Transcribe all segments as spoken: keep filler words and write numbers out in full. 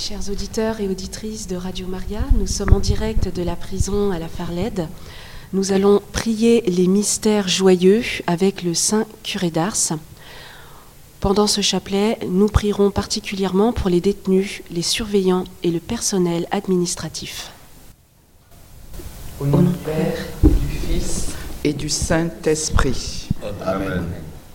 Chers auditeurs et auditrices de Radio Maria, nous sommes en direct de la prison à la Farlède. Nous allons prier les mystères joyeux avec le Saint Curé d'Ars. Pendant ce chapelet, nous prierons particulièrement pour les détenus, les surveillants et le personnel administratif. Au nom du Père, du Fils et du Saint-Esprit. Amen.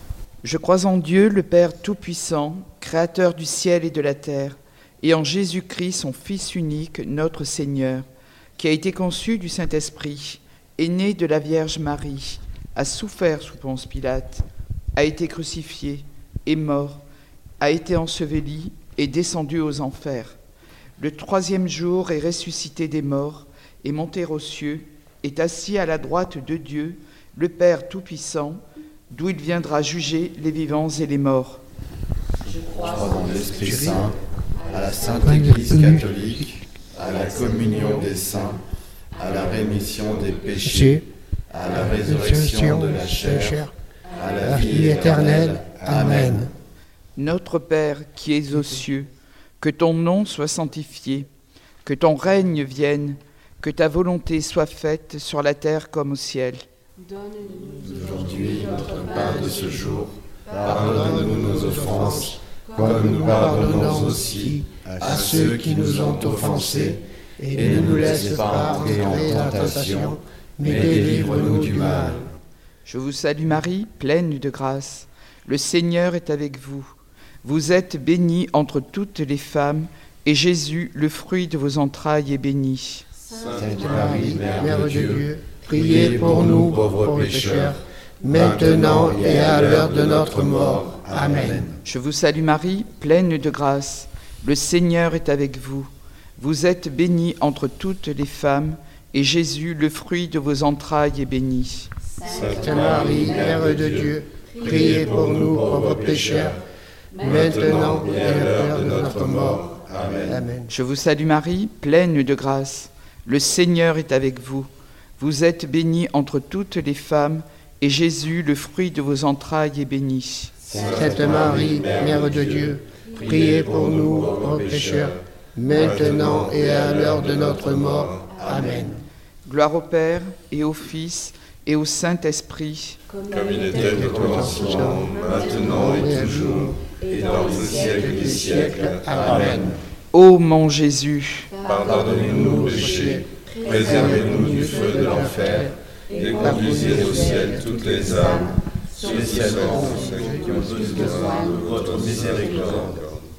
Je crois en Dieu, le Père Tout-Puissant, Créateur du ciel et de la terre, et en Jésus-Christ, son Fils unique, notre Seigneur, qui a été conçu du Saint-Esprit, est né de la Vierge Marie, a souffert sous Ponce Pilate, a été crucifié, est mort, a été enseveli et descendu aux enfers. Le troisième jour est ressuscité des morts, est monté aux cieux, est assis à la droite de Dieu, le Père Tout-Puissant, d'où il viendra juger les vivants et les morts. Je crois dans l'Esprit Saint, à la Sainte Église catholique, à la communion des saints, à la rémission des péchés, à la résurrection de la chair, à la vie éternelle. Amen. Notre Père qui es aux cieux, que ton nom soit sanctifié, que ton règne vienne, que ta volonté soit faite sur la terre comme au ciel. Donne-nous aujourd'hui notre pain de ce jour. Pardonne-nous nos offenses, comme nous pardonnons aussi à ceux qui nous ont offensés. Et ne nous laisse pas entrer en tentation, mais délivre-nous du mal. Je vous salue Marie, pleine de grâce. Le Seigneur est avec vous. Vous êtes bénie entre toutes les femmes, et Jésus, le fruit de vos entrailles, est béni. Sainte Marie, Mère de Dieu, priez pour nous pauvres pécheurs, maintenant et à l'heure de notre mort. Amen. Je vous salue Marie, pleine de grâce. Le Seigneur est avec vous. Vous êtes bénie entre toutes les femmes, et Jésus, le fruit de vos entrailles, est béni. Sainte Marie, Mère de Dieu, priez pour nous pauvres pécheurs, maintenant et à l'heure de notre mort. Amen. Amen. Je vous salue Marie, pleine de grâce. Le Seigneur est avec vous. Vous êtes bénie entre toutes les femmes, et Jésus, le fruit de vos entrailles, est béni. Sainte Marie, Mère de Dieu, priez pour nous pauvres pécheurs, maintenant et à l'heure de notre mort. Amen. Gloire au Père, et au Fils, et au Saint-Esprit. Comme il était au commencement, maintenant et toujours, et dans les siècles des siècles. Amen. Ô mon Jésus, pardonnez-nous nos péchés, préservez-nous du feu de l'enfer, et conduisez au ciel toutes les âmes, spécialement ceux qui ont besoin de votre miséricorde.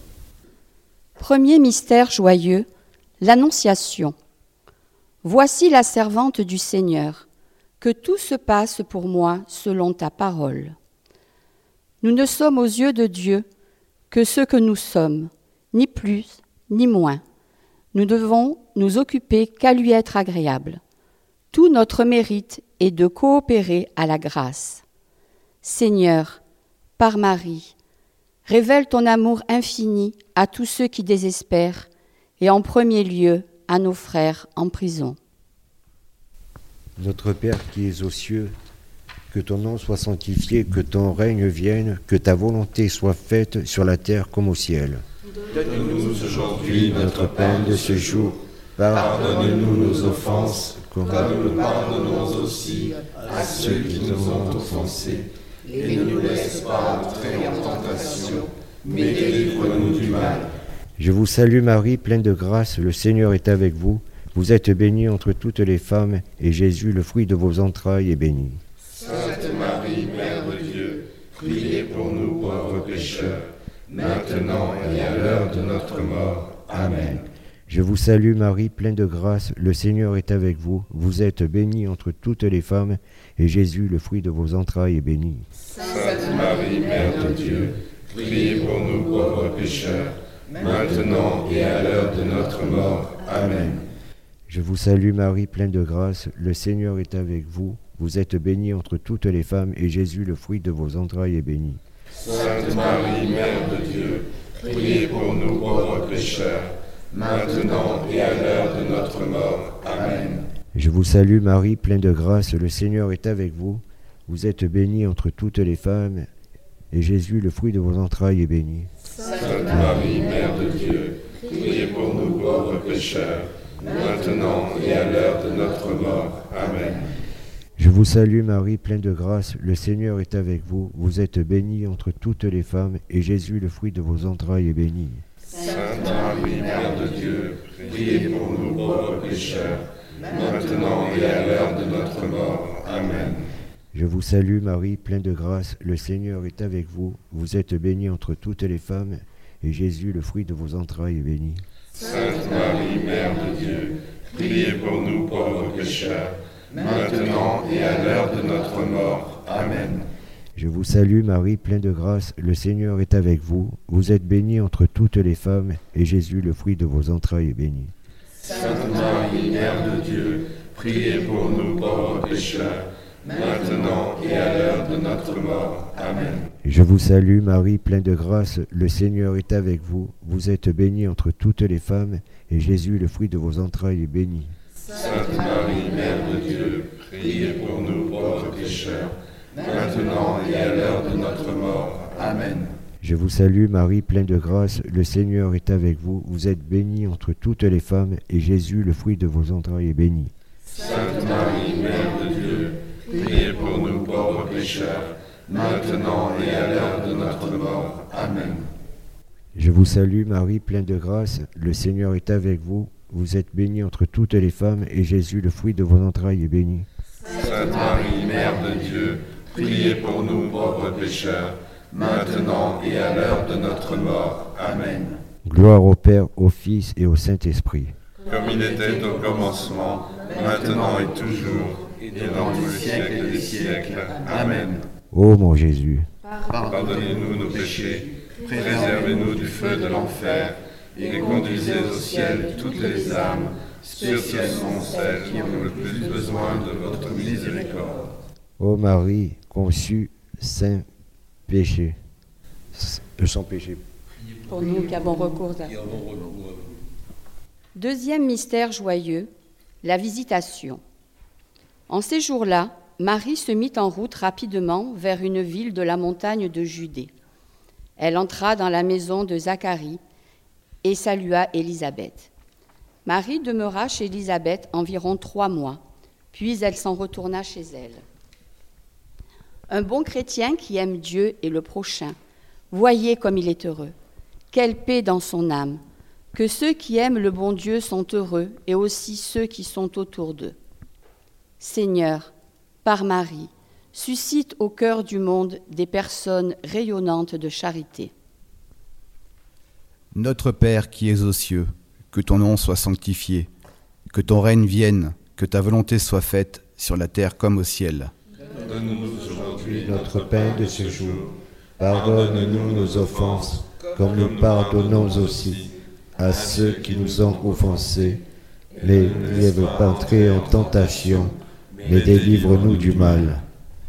Premier mystère joyeux, l'Annonciation. Voici la servante du Seigneur, que tout se passe pour moi selon ta parole. Nous ne sommes aux yeux de Dieu que ce que nous sommes, ni plus ni moins. Nous devons nous occuper qu'à lui être agréable. Tout notre mérite est de coopérer à la grâce. Seigneur, par Marie, révèle ton amour infini à tous ceux qui désespèrent et en premier lieu à nos frères en prison. Notre Père qui es aux cieux, que ton nom soit sanctifié, que ton règne vienne, que ta volonté soit faite sur la terre comme au ciel. Donne-nous aujourd'hui notre pain de ce jour. Pardonne-nous nos offenses, comme nous pardonnons aussi à ceux qui nous ont offensés. Et ne nous laisse pas entrer en tentation, mais délivre-nous du mal. Je vous salue Marie, pleine de grâce, le Seigneur est avec vous. Vous êtes bénie entre toutes les femmes, et Jésus, le fruit de vos entrailles, est béni. Sainte Marie, Mère de Dieu, priez pour nous pauvres pécheurs, maintenant et à l'heure de notre mort. Amen. Je vous salue Marie, pleine de grâce, le Seigneur est avec vous. Vous êtes bénie entre toutes les femmes, et Jésus, le fruit de vos entrailles, est béni. Sainte Marie, Mère de Dieu, priez pour nous pauvres pécheurs, maintenant et à l'heure de notre mort. Amen. Je vous salue Marie, pleine de grâce, le Seigneur est avec vous. Vous êtes bénie entre toutes les femmes, et Jésus, le fruit de vos entrailles, est béni. Sainte Marie, Mère de Dieu, priez pour nous pauvres pécheurs, maintenant et à l'heure de notre mort. Amen. Je vous salue Marie, pleine de grâce, le Seigneur est avec vous. Vous êtes bénie entre toutes les femmes, et Jésus, le fruit de vos entrailles, est béni. Sainte Marie, Mère de Dieu, priez pour nous pauvres pécheurs, maintenant et à l'heure de notre mort. Amen. Je vous salue Marie, pleine de grâce, le Seigneur est avec vous. Vous êtes bénie entre toutes les femmes, et Jésus, le fruit de vos entrailles, est béni. Sainte Marie, Mère de Dieu, priez pour nous pauvres pécheurs, maintenant et à l'heure de notre mort. Amen. Je vous salue Marie, pleine de grâce, le Seigneur est avec vous. Vous êtes bénie entre toutes les femmes, et Jésus, le fruit de vos entrailles, est béni. Sainte Marie, Mère de Dieu, priez pour nous pauvres pécheurs, maintenant et à l'heure de notre mort. Amen. Je vous salue Marie, pleine de grâce, le Seigneur est avec vous. Vous êtes bénie entre toutes les femmes, et Jésus, le fruit de vos entrailles, est béni. Sainte Marie, Mère de Dieu, priez pour nous pauvres pécheurs, maintenant et à l'heure de notre mort. Amen. Je vous salue Marie, pleine de grâce, le Seigneur est avec vous. Vous êtes bénie entre toutes les femmes, et Jésus, le fruit de vos entrailles, est béni. Sainte Marie, Mère de Dieu, priez pour nous pauvres pécheurs, maintenant et à l'heure de notre mort. Amen. Je vous salue Marie, pleine de grâce, le Seigneur est avec vous. Vous êtes bénie entre toutes les femmes, et Jésus, le fruit de vos entrailles, est béni. Sainte Marie, Mère de Dieu, priez pour nous pauvres pécheurs, maintenant et à l'heure de notre mort. Amen. Je vous salue Marie, pleine de grâce, le Seigneur est avec vous. Vous êtes bénie entre toutes les femmes, et Jésus, le fruit de vos entrailles, est béni. Sainte Marie, Mère de Dieu, priez pour nous pauvres pécheurs, maintenant et à l'heure de notre mort. Amen. Gloire au Père, au Fils et au Saint-Esprit. Comme il était au commencement, maintenant et toujours, et dans tous les siècles des siècles. Amen. Ô mon Jésus, pardonnez-nous nos péchés, préservez-nous du feu de l'enfer, et conduisez au ciel toutes les âmes, spécialement celles qui ont le plus besoin de votre miséricorde. ô Marie, conçue sans péché, sans péché. Pour nous qui avons recours à... Deuxième mystère joyeux, la visitation. En ces jours-là, Marie se mit en route rapidement vers une ville de la montagne de Judée. Elle entra dans la maison de Zacharie et salua Élisabeth. Marie demeura chez Élisabeth environ trois mois, puis elle s'en retourna chez elle. Un bon chrétien qui aime Dieu et le prochain, voyez comme il est heureux. Quelle paix dans son âme, que ceux qui aiment le bon Dieu sont heureux et aussi ceux qui sont autour d'eux. Seigneur, par Marie, suscite au cœur du monde des personnes rayonnantes de charité. Notre Père qui es aux cieux, que ton nom soit sanctifié, que ton règne vienne, que ta volonté soit faite sur la terre comme au ciel. Donne-nous aujourd'hui Notre pain de ce jour, pardonne-nous nos offenses, comme nous pardonnons aussi à ceux qui nous ont offensés. Les ne veux pas entrer en tentation, mais délivre-nous du mal.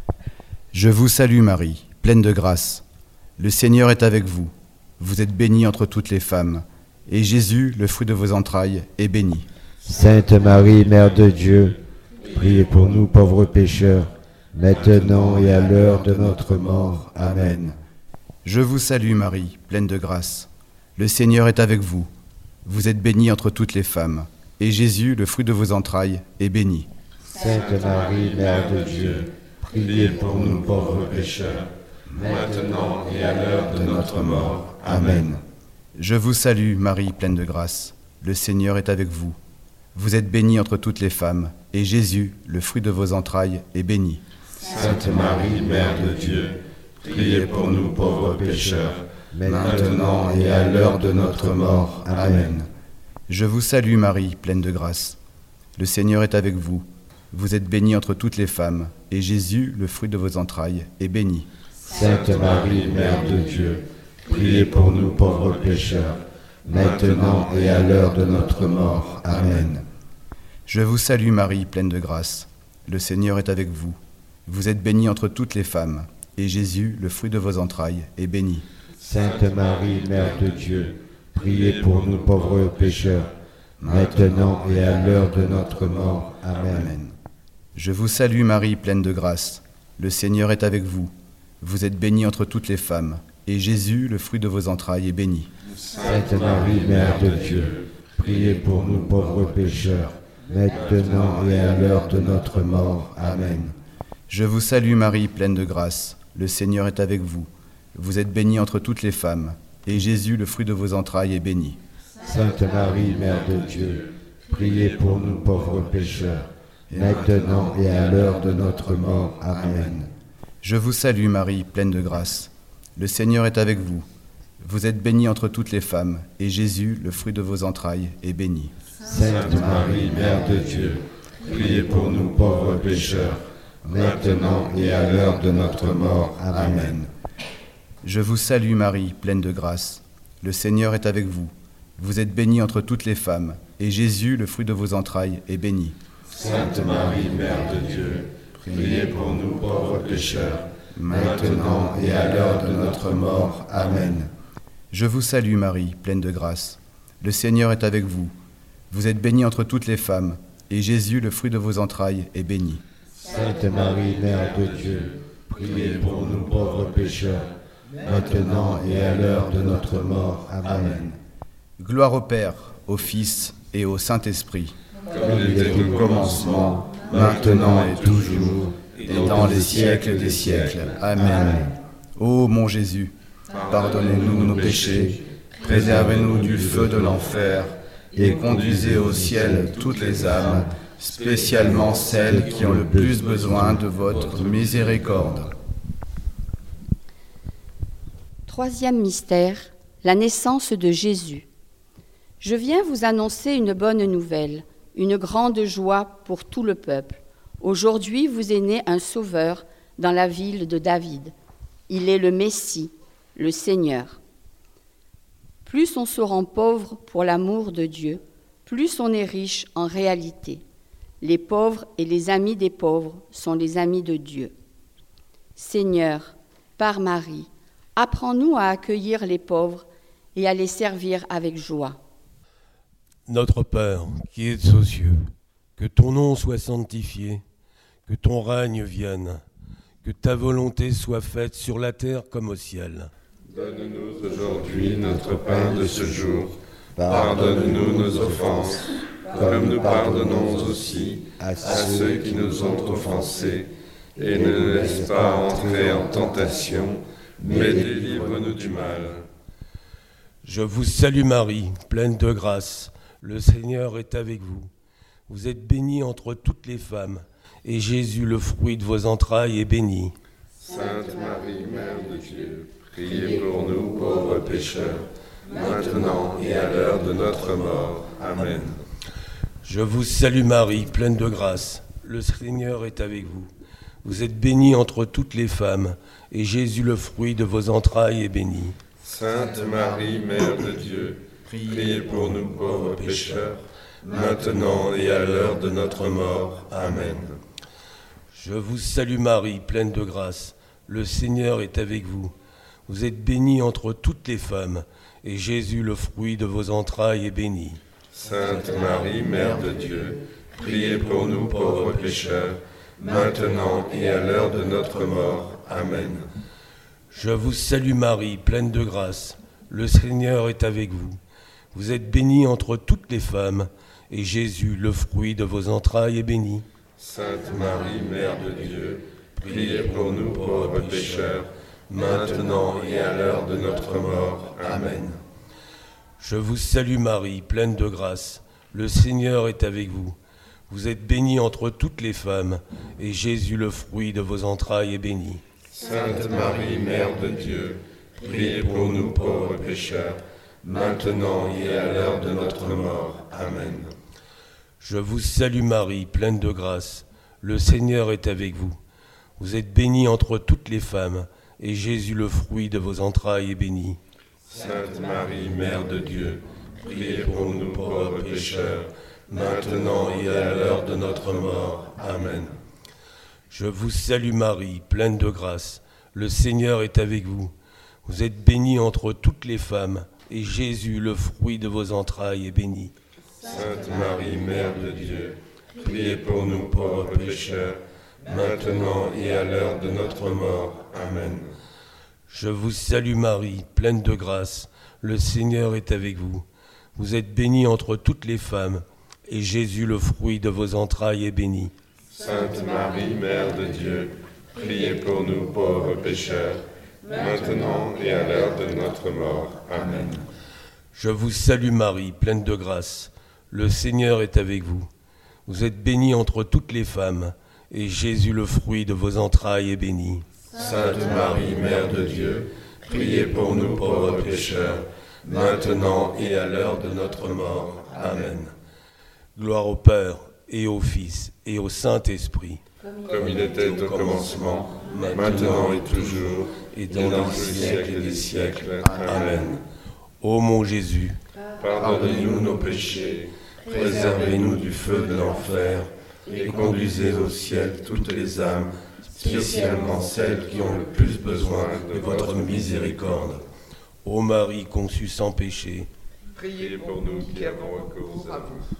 Je vous salue Marie, pleine de grâce. Le Seigneur est avec vous. Vous êtes bénie entre toutes les femmes, et Jésus, le fruit de vos entrailles, est béni. Sainte Marie, Mère de Dieu, priez pour nous pauvres pécheurs, maintenant et à l'heure de notre mort. Amen. Je vous salue Marie, pleine de grâce. Le Seigneur est avec vous. Vous êtes bénie entre toutes les femmes, et Jésus, le fruit de vos entrailles, est béni. Sainte Marie, Mère de Dieu, priez pour nous pauvres pécheurs, maintenant et à l'heure de notre mort. Amen. Je vous salue Marie, pleine de grâce. Le Seigneur est avec vous. Vous êtes bénie entre toutes les femmes, et Jésus, le fruit de vos entrailles, est béni. Sainte Marie, Mère de Dieu, priez pour nous pauvres pécheurs, maintenant et à l'heure de notre mort. Amen. Je vous salue Marie, pleine de grâce. Le Seigneur est avec vous. Vous êtes bénie entre toutes les femmes, et Jésus, le fruit de vos entrailles, est béni. Sainte Marie, Mère de Dieu, priez pour nous pauvres pécheurs, maintenant et à l'heure de notre mort. Amen. Je vous salue Marie, pleine de grâce. Le Seigneur est avec vous. Vous êtes bénie entre toutes les femmes, et Jésus, le fruit de vos entrailles, est béni. Sainte Marie, Mère de Dieu, priez pour nous pauvres pécheurs, maintenant et à l'heure de notre mort. Amen. Amen. Je vous salue Marie, pleine de grâce. Le Seigneur est avec vous. Vous êtes bénie entre toutes les femmes, et Jésus, le fruit de vos entrailles, est béni. Sainte Marie, Mère de Dieu, priez pour nous pauvres pécheurs, maintenant et à l'heure de notre mort. Amen. Je vous salue Marie, pleine de grâce. Le Seigneur est avec vous. Vous êtes bénie entre toutes les femmes, et Jésus, le fruit de vos entrailles, est béni. Sainte Marie, Mère de Dieu, priez pour nous pauvres pécheurs, maintenant et à l'heure de notre mort. Amen. Je vous salue Marie, pleine de grâce. Le Seigneur est avec vous. Vous êtes bénie entre toutes les femmes, et Jésus, le fruit de vos entrailles, est béni. Sainte Marie, Mère de Dieu, priez pour nous pauvres pécheurs, maintenant et à l'heure de notre mort. Amen. Je vous salue Marie, pleine de grâce. Le Seigneur est avec vous. Vous êtes bénie entre toutes les femmes, et Jésus, le fruit de vos entrailles, est béni. Sainte Marie, Mère de Dieu, priez pour nous pauvres pécheurs, maintenant et à l'heure de notre mort. Amen. Je vous salue Marie, pleine de grâce. Le Seigneur est avec vous. Vous êtes bénie entre toutes les femmes, et Jésus, le fruit de vos entrailles, est béni. Sainte Marie, Mère de Dieu, priez pour nous pauvres pécheurs, maintenant et à l'heure de notre mort. Amen. Gloire au Père, au Fils et au Saint-Esprit. Comme il était au commencement, maintenant et toujours, et dans les siècles des siècles. Amen. Ô mon Jésus, pardonnez-nous nos péchés, préservez-nous du feu de l'enfer, et conduisez au ciel toutes les âmes, spécialement celles qui ont le plus besoin de votre miséricorde. Troisième mystère, la naissance de Jésus. Je viens vous annoncer une bonne nouvelle, une grande joie pour tout le peuple. Aujourd'hui vous est né un sauveur dans la ville de David. Il est le Messie, le Seigneur. Plus on se rend pauvre pour l'amour de Dieu, plus on est riche en réalité. Les pauvres et les amis des pauvres sont les amis de Dieu. Seigneur, par Marie, apprends-nous à accueillir les pauvres et à les servir avec joie. Notre Père, qui es aux cieux, que ton nom soit sanctifié, que ton règne vienne, que ta volonté soit faite sur la terre comme au ciel. Donne-nous aujourd'hui notre pain de ce jour. Pardonne-nous nos offenses, comme nous pardonnons aussi à ceux qui nous ont offensés. Et ne nous laisse pas entrer en tentation, mais délivre-nous du mal. Je vous salue Marie, pleine de grâce. Le Seigneur est avec vous. Vous êtes bénie entre toutes les femmes, et Jésus, le fruit de vos entrailles, est béni. Sainte Marie, Mère de Dieu, priez pour nous pauvres pécheurs, maintenant et à l'heure de notre mort. Amen. Je vous salue Marie, pleine de grâce. Le Seigneur est avec vous. Vous êtes bénie entre toutes les femmes, et Jésus, le fruit de vos entrailles, est béni. Sainte Marie, Mère de Dieu, priez pour nous pauvres pécheurs, maintenant et à l'heure de notre mort. Amen. Je vous salue Marie, pleine de grâce. Le Seigneur est avec vous. Vous êtes bénie entre toutes les femmes, et Jésus, le fruit de vos entrailles, est béni. Sainte Marie, Mère de Dieu, priez pour nous pauvres pécheurs, maintenant et à l'heure de notre mort. Amen. Je vous salue Marie, pleine de grâce. Le Seigneur est avec vous. Vous êtes bénie entre toutes les femmes, et Jésus, le fruit de vos entrailles, est béni. Sainte Marie, Mère de Dieu, priez pour nous pauvres pécheurs, maintenant et à l'heure de notre mort. Amen. Je vous salue Marie, pleine de grâce. Le Seigneur est avec vous. Vous êtes bénie entre toutes les femmes, et Jésus, le fruit de vos entrailles, est béni. Sainte Marie, Mère de Dieu, priez pour nous pauvres pécheurs, maintenant et à l'heure de notre mort. Amen. Je vous salue Marie, pleine de grâce. Le Seigneur est avec vous. Vous êtes bénie entre toutes les femmes, et Jésus, le fruit de vos entrailles, est béni. Sainte Marie, Mère de Dieu, priez pour nous pauvres pécheurs, maintenant et à l'heure de notre mort. Amen. Je vous salue Marie, pleine de grâce. Le Seigneur est avec vous. Vous êtes bénie entre toutes les femmes, et Jésus, le fruit de vos entrailles, est béni. Sainte Marie, Mère de Dieu, priez pour nous pauvres pécheurs, maintenant et à l'heure de notre mort. Amen. Je vous salue Marie, pleine de grâce. Le Seigneur est avec vous. Vous êtes bénie entre toutes les femmes, et Jésus, le fruit de vos entrailles, est béni. Sainte Marie, Mère de Dieu, priez pour nous pauvres pécheurs, maintenant et à l'heure de notre mort. Amen. Je vous salue Marie, pleine de grâce. Le Seigneur est avec vous. Vous êtes bénie entre toutes les femmes, et Jésus, le fruit de vos entrailles, est béni. Sainte Marie, Mère de Dieu, priez pour nous pauvres pécheurs, maintenant et à l'heure de notre mort. Amen. Gloire au Père, et au Fils, et au Saint-Esprit. Comme il était au commencement, maintenant et toujours, et dans les siècles des siècles. Amen. Ô mon Jésus, pardonnez-nous nos péchés, préservez-nous du feu de l'enfer, et conduisez au ciel toutes les âmes, spécialement celles qui ont le plus besoin de votre miséricorde. Ô Marie conçue sans péché, Priez pour nous qui avons recours à vous.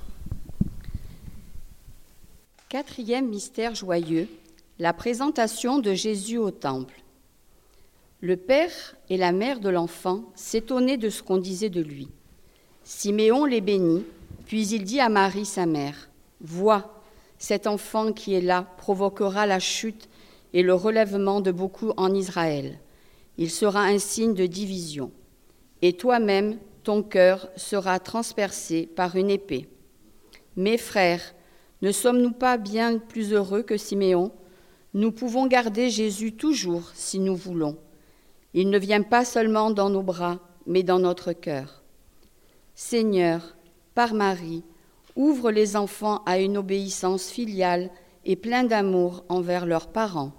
Quatrième mystère joyeux, la présentation de Jésus au temple. Le père et la mère de l'enfant s'étonnaient de ce qu'on disait de lui. Siméon les bénit, puis il dit à Marie sa mère, « Vois, cet enfant qui est là provoquera la chute et le relèvement de beaucoup en Israël. Il sera un signe de division. Et toi-même, ton cœur sera transpercé par une épée. Mes frères, ne sommes-nous pas bien plus heureux que Siméon ? Nous pouvons garder Jésus toujours si nous voulons. Il ne vient pas seulement dans nos bras, mais dans notre cœur. Seigneur, par Marie, ouvre les enfants à une obéissance filiale et plein d'amour envers leurs parents.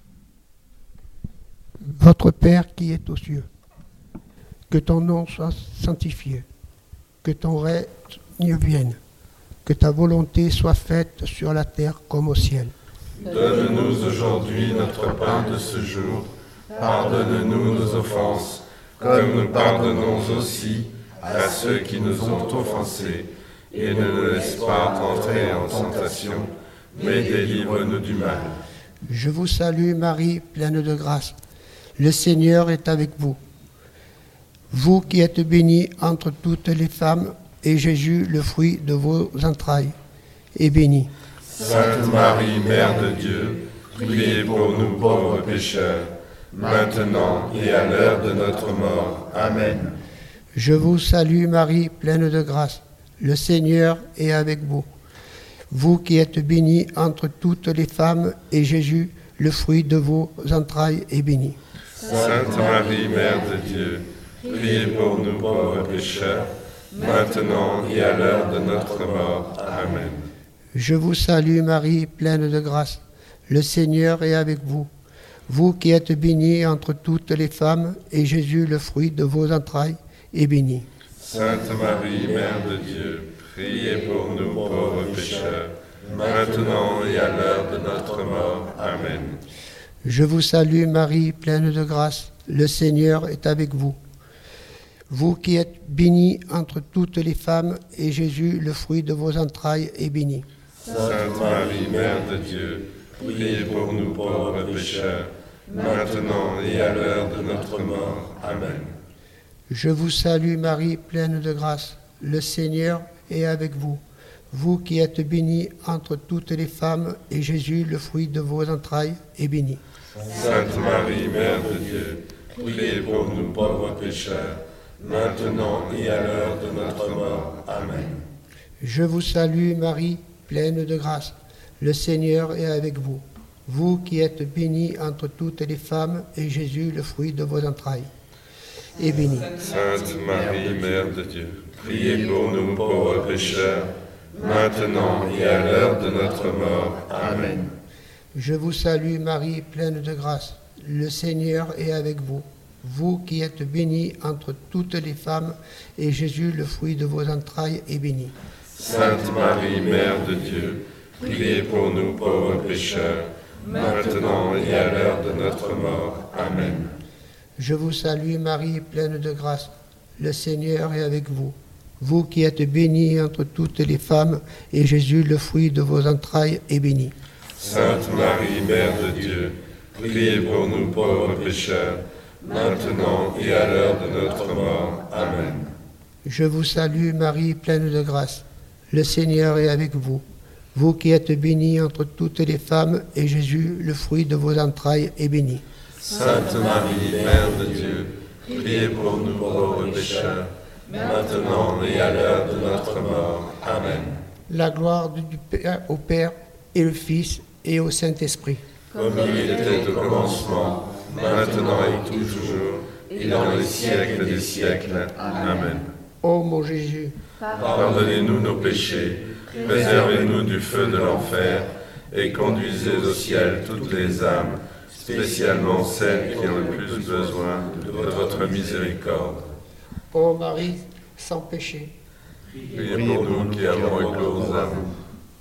Votre Père qui est aux cieux, que ton nom soit sanctifié, que ton règne vienne, que ta volonté soit faite sur la terre comme au ciel. Donne-nous aujourd'hui notre pain de ce jour. Pardonne-nous nos offenses, comme nous pardonnons aussi à ceux qui nous ont offensés. Et ne nous laisse pas entrer en tentation, mais délivre-nous du mal. Je vous salue Marie, pleine de grâce. Le Seigneur est avec vous. Vous qui êtes bénie entre toutes les femmes, et Jésus, le fruit de vos entrailles, est béni. Sainte Marie, Mère de Dieu, priez pour nous pauvres pécheurs, maintenant et à l'heure de notre mort. Amen. Je vous salue Marie, pleine de grâce. Le Seigneur est avec vous. Vous qui êtes bénie entre toutes les femmes, et Jésus, le fruit de vos entrailles, est béni. Sainte Marie, Mère de Dieu, priez pour nous pauvres pécheurs, maintenant et à l'heure de notre mort. Amen. Je vous salue Marie, pleine de grâce. Le Seigneur est avec vous. Vous qui êtes bénie entre toutes les femmes, et Jésus, le fruit de vos entrailles, est béni. Sainte Marie, Mère de Dieu, priez pour nous pauvres pécheurs, maintenant et à l'heure de notre mort. Amen. Je vous salue Marie, pleine de grâce. Le Seigneur est avec vous. Vous qui êtes bénie entre toutes les femmes, et Jésus, le fruit de vos entrailles, est béni. Sainte Marie, Mère de Dieu, priez pour nous pauvres pécheurs, maintenant et à l'heure de notre mort. Amen. Je vous salue Marie, pleine de grâce. Le Seigneur est avec vous. Vous qui êtes bénie entre toutes les femmes, et Jésus, le fruit de vos entrailles, est béni. Sainte Marie, Mère de Dieu, priez pour nous pauvres pécheurs, maintenant et à l'heure de notre mort. Amen. Je vous salue Marie, pleine de grâce. Le Seigneur est avec vous. Vous qui êtes bénie entre toutes les femmes, et Jésus, le fruit de vos entrailles, est béni. Sainte Marie, Mère de Dieu, priez pour nous pauvres pécheurs, maintenant et à l'heure de notre mort. Amen. Je vous salue Marie, pleine de grâce. Le Seigneur est avec vous. Vous qui êtes bénie entre toutes les femmes, et Jésus, le fruit de vos entrailles, est béni. Sainte Marie, Mère de Dieu, priez pour nous pauvres pécheurs, maintenant et à l'heure de notre mort. Amen. Je vous salue Marie, pleine de grâce. Le Seigneur est avec vous. Vous qui êtes bénie entre toutes les femmes, et Jésus, le fruit de vos entrailles, est béni. Sainte Marie, Mère de Dieu, priez pour nous pauvres pécheurs, maintenant et à l'heure de notre mort. Amen. Je vous salue Marie, pleine de grâce. Le Seigneur est avec vous. Vous qui êtes bénie entre toutes les femmes, et Jésus, le fruit de vos entrailles, est béni. Sainte Marie, Mère de Dieu, priez pour nous pauvres pécheurs, maintenant et à l'heure de notre mort. Amen. La gloire du Père, au Père, et le Fils, et au Saint-Esprit. Comme il était au commencement, maintenant et toujours, et dans les siècles des siècles. Amen. Ô mon Jésus, pardonnez-nous nos péchés, préservez-nous du feu de l'enfer, et conduisez au ciel toutes les âmes, spécialement celles qui ont le plus besoin de votre miséricorde. Ô Marie, sans péché, priez pour nous qui avons recours à vous.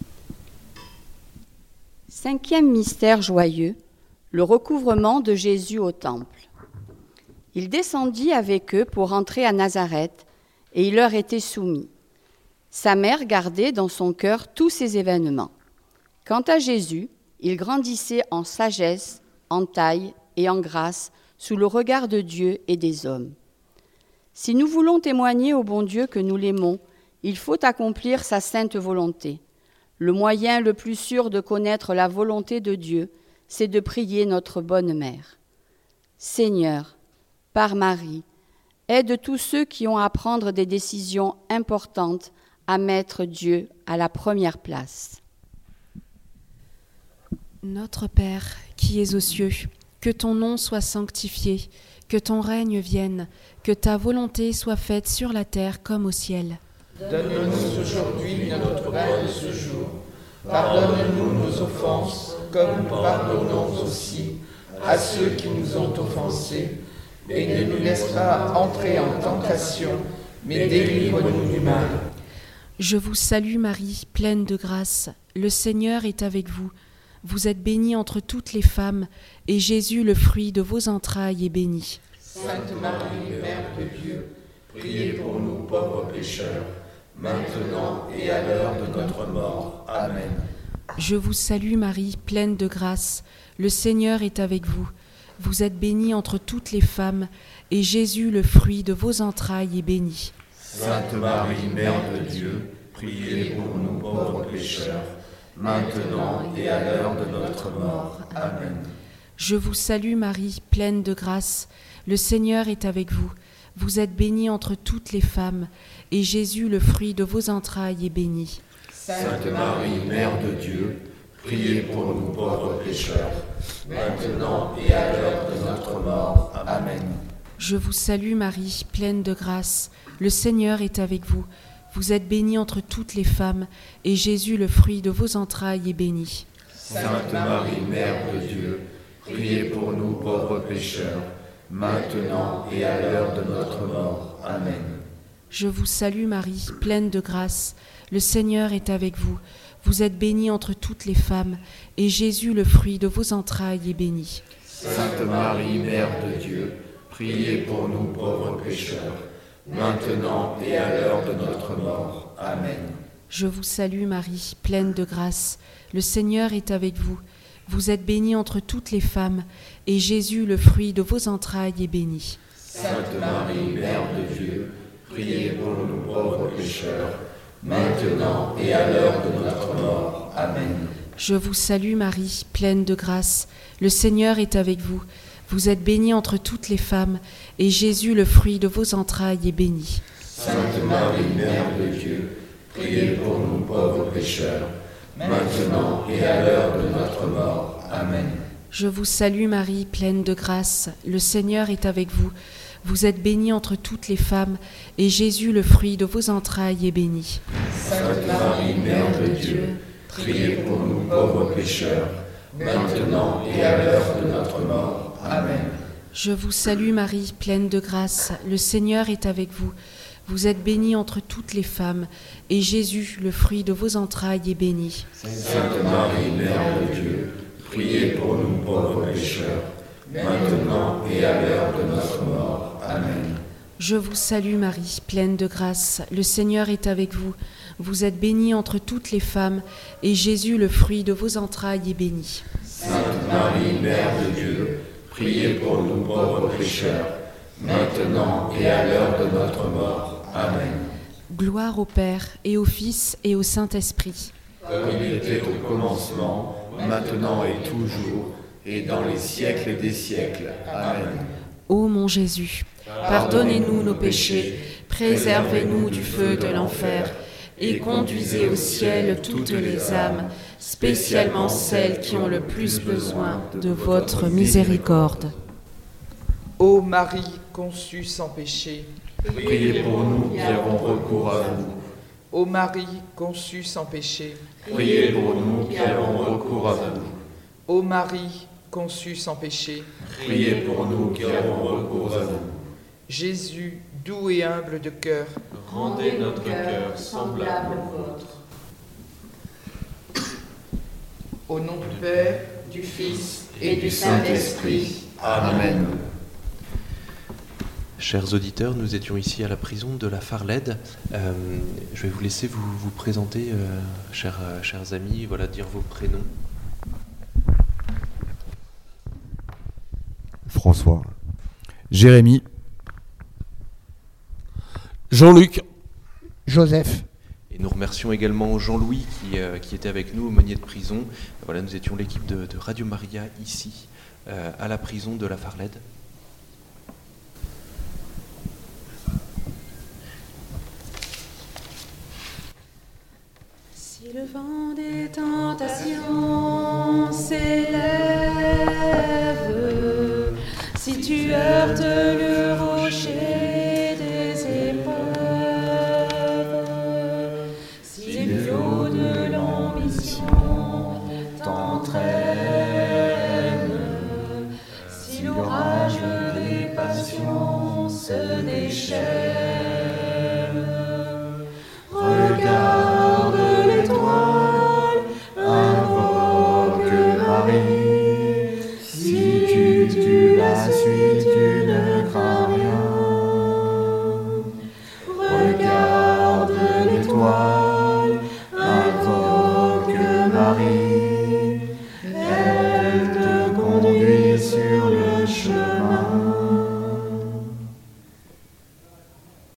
Cinquième mystère joyeux, le recouvrement de Jésus au temple. Il descendit avec eux pour entrer à Nazareth, et il leur était soumis. Sa mère gardait dans son cœur tous ces événements. Quant à Jésus, il grandissait en sagesse, en taille et en grâce, sous le regard de Dieu et des hommes. Si nous voulons témoigner au bon Dieu que nous l'aimons, il faut accomplir sa sainte volonté. Le moyen le plus sûr de connaître la volonté de Dieu, c'est de prier notre bonne mère. Seigneur, par Marie, aide tous ceux qui ont à prendre des décisions importantes à mettre Dieu à la première place. Notre Père, qui es aux cieux, que ton nom soit sanctifié, que ton règne vienne, que ta volonté soit faite sur la terre comme au ciel. Donne-nous aujourd'hui notre pain de ce jour. Pardonne-nous nos offenses, comme nous pardonnons aussi à ceux qui nous ont offensés. Et ne nous laisse pas entrer en tentation, mais délivre-nous du mal. Je vous salue Marie, pleine de grâce. Le Seigneur est avec vous. Vous êtes bénie entre toutes les femmes, et Jésus, le fruit de vos entrailles, est béni. Sainte Marie, Mère de Dieu, priez pour nous pauvres pécheurs, maintenant et à l'heure de notre mort. Amen. Je vous salue Marie, pleine de grâce. Le Seigneur est avec vous. Vous êtes bénie entre toutes les femmes, et Jésus, le fruit de vos entrailles, est béni. Sainte Marie, Mère de Dieu, priez pour nous pauvres pécheurs, maintenant et à l'heure de notre mort. Amen. Je vous salue Marie, pleine de grâce. Le Seigneur est avec vous. Vous êtes bénie entre toutes les femmes, et Jésus, le fruit de vos entrailles, est béni. Sainte Marie, Mère de Dieu, priez pour nous pauvres pécheurs, maintenant et à l'heure de notre mort. Amen. Je vous salue Marie, pleine de grâce. Le Seigneur est avec vous. Vous êtes bénie entre toutes les femmes, et Jésus, le fruit de vos entrailles, est béni. Sainte Marie, Mère de Dieu, priez pour nous pauvres pécheurs, maintenant et à l'heure de notre mort. Amen. Je vous salue Marie, pleine de grâce. Le Seigneur est avec vous. Vous êtes bénie entre toutes les femmes, et Jésus, le fruit de vos entrailles, est béni. Sainte Marie, Mère de Dieu, priez pour nous pauvres pécheurs, maintenant et à l'heure de notre mort. Amen. Je vous salue Marie, pleine de grâce. Le Seigneur est avec vous. Vous êtes bénie entre toutes les femmes, et Jésus, le fruit de vos entrailles, est béni. Sainte Marie, Mère de Dieu, priez pour nous pauvres pécheurs, maintenant et à l'heure de notre mort. Amen. Je vous salue Marie, pleine de grâce. Le Seigneur est avec vous. Vous êtes bénie entre toutes les femmes, et Jésus, le fruit de vos entrailles, est béni. Sainte Marie, Mère de Dieu, priez pour nous pauvres pécheurs, maintenant et à l'heure de notre mort. Amen. Je vous salue Marie, pleine de grâce. Le Seigneur est avec vous. Vous êtes bénie entre toutes les femmes, et Jésus, le fruit de vos entrailles, est béni. Sainte Marie, Mère de Dieu, priez pour nous pauvres pécheurs, maintenant et à l'heure de notre mort. Amen. Je vous salue Marie, pleine de grâce. Le Seigneur est avec vous. Vous êtes bénie entre toutes les femmes, et Jésus, le fruit de vos entrailles, est béni. Sainte Marie, Mère de Dieu, priez pour nous pauvres pécheurs, maintenant et à l'heure de notre mort. Amen. Je vous salue Marie, pleine de grâce. Le Seigneur est avec vous. Vous êtes bénie entre toutes les femmes, et Jésus, le fruit de vos entrailles, est béni. Sainte Marie, Mère de Dieu, priez pour nous pauvres pécheurs, maintenant et à l'heure de notre mort. Amen. Gloire au Père, et au Fils, et au Saint-Esprit. Comme il était au commencement, maintenant et toujours, et dans les siècles des siècles. Amen. Ô mon Jésus, pardonnez-nous nos péchés, préservez-nous du feu de l'enfer, et conduisez au ciel toutes les âmes, spécialement celles qui ont le plus besoin de votre miséricorde. Ô Marie conçue sans péché, Priez pour nous qui avons recours à vous. Ô Marie conçue sans péché, Priez pour nous qui avons recours à vous. Ô Marie conçue sans péché, Priez pour nous qui avons recours à vous. Jésus, doux et humble de cœur, Rendez notre cœur semblable au vôtre. au nom du Père, Du Fils et du Saint-Esprit. Amen. Chers auditeurs, nous étions ici à la prison de la Farlède. Euh, je vais vous laisser vous, vous présenter, euh, chers, euh, chers amis, voilà, dire vos prénoms. François. Jérémy. Jean-Luc. Joseph. Et nous remercions également Jean-Louis qui, euh, qui était avec nous, aumônier de prison. Voilà, nous étions l'équipe de, de Radio Maria ici, euh, à la prison de la Farlède. Si le vent des tentations s'élève, si tu heurtes le rocher des épreuves, si les flots de l'ambition t'entraînent, si l'orage des passions se déchaîne,